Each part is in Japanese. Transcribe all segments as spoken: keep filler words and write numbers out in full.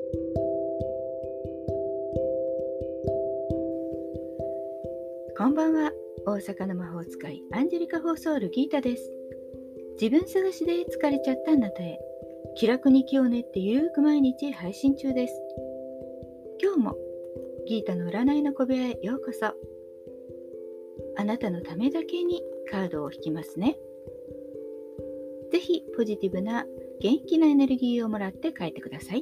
こんばんは。大阪の魔法使いアンジェリカ・フォーソールギータです。自分探しで疲れちゃったあなたへ、気楽に気を練ってゆるく毎日配信中です。今日もギータの占いの小部屋へようこそ。あなたのためだけにカードを引きますね。ぜひポジティブな元気なエネルギーをもらって帰ってください。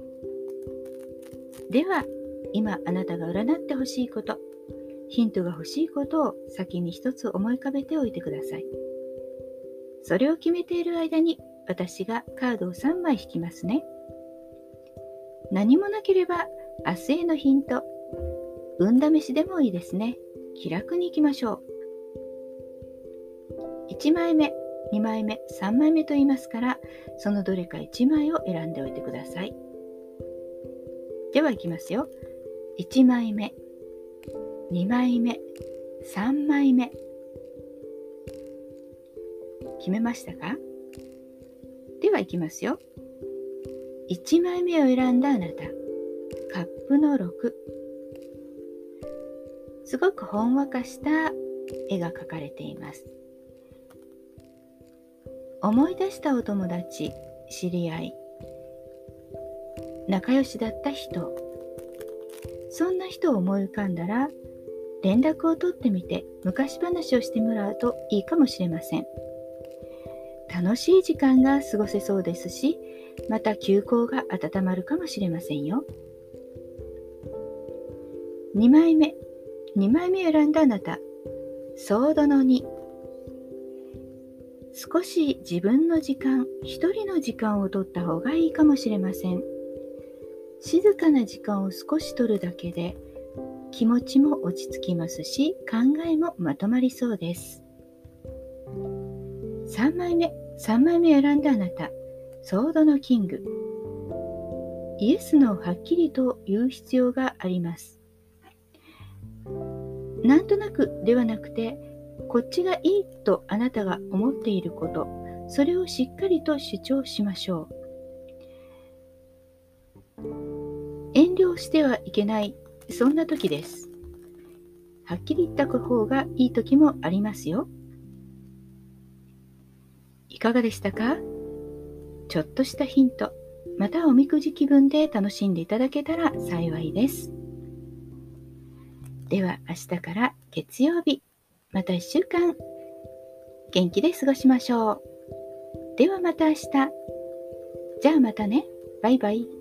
では、今あなたが占ってほしいこと、ヒントが欲しいことを先に一つ思い浮かべておいてください。それを決めている間に私がカードをさんまい引きますね。何もなければ明日へのヒント、運試しでもいいですね。気楽に行きましょう。いちまいめ、にまいめ、さんまいめと言いますから、そのどれかいちまいを選んでおいてください。では行きますよ。いちまいめ、にまいめ、さんまいめ。決めましたか？では行きますよ。いちまいめを選んだあなた、カップのろく。すごくほんわかした絵が描かれています。思い出したお友達、知り合い、仲良しだった人、そんな人を思い浮かんだら、連絡を取ってみて昔話をしてもらうといいかもしれません。楽しい時間が過ごせそうですし、また休校が温まるかもしれませんよ。にまいめ、にまいめ選んだあなた、ソードのに。少し自分の時間、一人の時間を取った方がいいかもしれません。静かな時間を少し取るだけで、気持ちも落ち着きますし、考えもまとまりそうです。さんまいめ、さんまいめ選んだあなた、ソードのキング。イエスのはっきりと言う必要があります。なんとなくではなくて、こっちがいいとあなたが思っていること、それをしっかりと主張しましょう。遠慮してはいけない、そんな時です。はっきり言った方がいい時もありますよ。いかがでしたか？ちょっとしたヒント、またおみくじ気分で楽しんでいただけたら幸いです。では明日から月曜日、またいっしゅうかん元気で過ごしましょう。ではまた明日。じゃあまたね。バイバイ。